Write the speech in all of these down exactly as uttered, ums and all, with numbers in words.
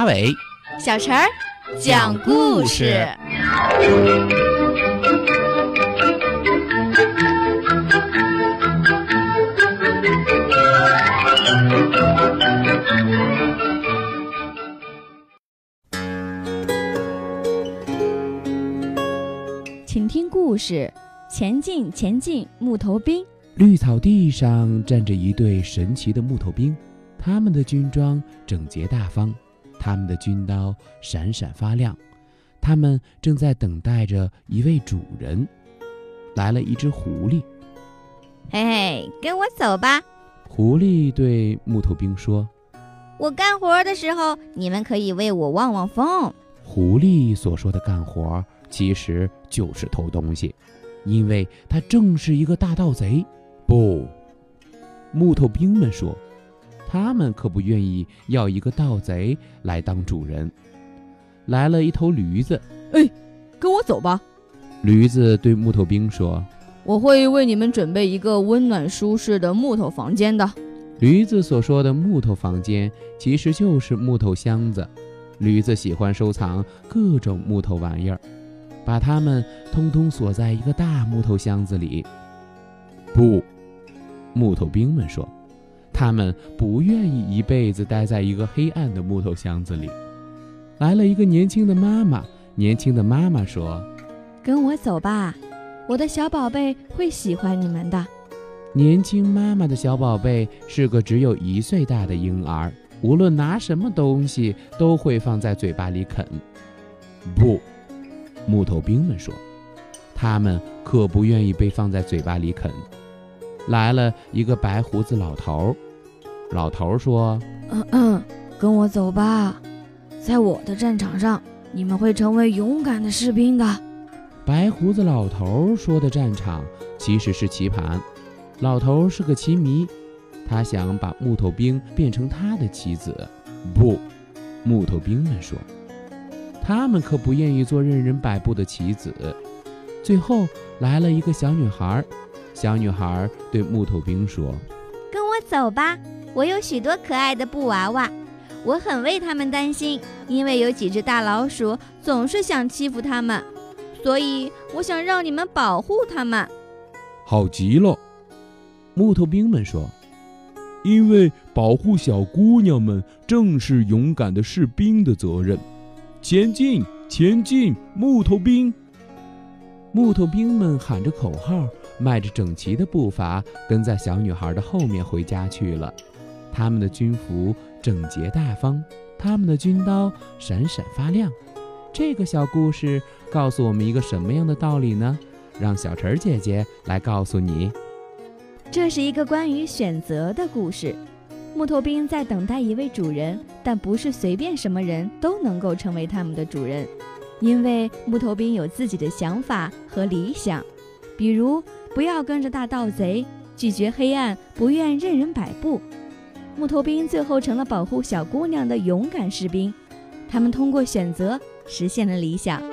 马尾、 小陈儿讲故事。 请听故事：前进，前进，木头兵。 绿草地上站着一队神奇的木头兵，他们的军装整洁大方，他们的军刀闪闪发亮，他们正在等待着一位主人。来了一只狐狸。 嘿嘿，跟我走吧。 狐狸对木头兵说， 我干活的时候，你们可以为我望望风。 狐狸所说的干活其实就是偷东西，因为他正是一个大盗贼。不，木头兵们说，他们可不愿意要一个盗贼来当主人。来了一头驴子。 哎，跟我走吧。 驴子对木头兵说， 我会为你们准备一个温暖舒适的木头房间的。 驴子所说的木头房间其实就是木头箱子。驴子喜欢收藏各种木头玩意儿，把它们通通锁在一个大木头箱子里。不，木头兵们说，他们不愿意一辈子待在一个黑暗的木头箱子里。来了一个年轻的妈妈，年轻的妈妈说， 跟我走吧，我的小宝贝会喜欢你们的。 年轻妈妈的小宝贝是个只有一岁大的婴儿，无论拿什么东西都会放在嘴巴里啃。不，木头兵们说，他们可不愿意被放在嘴巴里啃。来了一个白胡子老头，老头说， 嗯嗯，跟我走吧，在我的战场上，你们会成为勇敢的士兵的。 白胡子老头说的战场其实是棋盘。老头是个棋迷，他想把木头兵变成他的棋子。不，木头兵们说，他们可不愿意做任人摆布的棋子。最后来了一个小女孩，小女孩对木头兵说， 跟我走吧，我有许多可爱的布娃娃，我很为他们担心，因为有几只大老鼠总是想欺负他们，所以我想让你们保护他们。 好极了，木头兵们说，因为保护小姑娘们正是勇敢的士兵的责任。前进，前进，木头兵！木头兵们喊着口号，迈着整齐的步伐，跟在小女孩的后面回家去了。他们的军服整洁大方，他们的军刀闪闪发亮。这个小故事告诉我们一个什么样的道理呢？让小陈姐姐来告诉你。 这是一个关于选择的故事。木头兵在等待一位主人，但不是随便什么人都能够成为他们的主人，因为木头兵有自己的想法和理想，比如不要跟着大盗贼，拒绝黑暗，不愿任人摆布。木头兵最后成了保护小姑娘的勇敢士兵，他们通过选择实现了理想。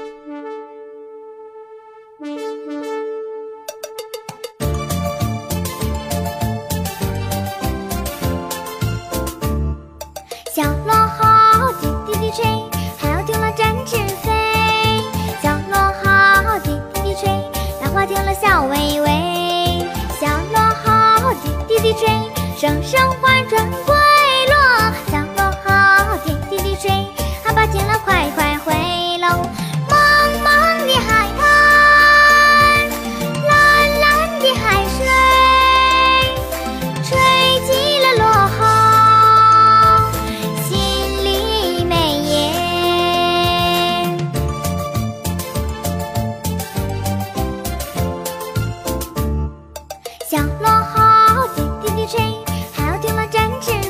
小螺号滴滴滴吹，还要听了展翅飞。小螺号滴滴滴吹，浪花听了笑微微。小螺号滴滴滴吹，声声唤转归落。小螺号滴滴滴吹，蛤蟆听了快快回喽。茫茫的海滩，蓝蓝的海水，吹起了螺号，心里美耶。小螺号滴滴滴吹，还要听了展翅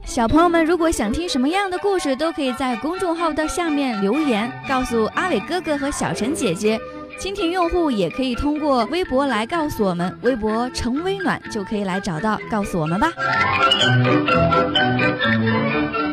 小朋友们如果想听什么样的故事，都可以在公众号的下面留言，告诉阿伟哥哥和小陈姐姐。蜻蜓用户也可以通过微博来告诉我们，微博陈微暖就可以来找到，告诉我们吧。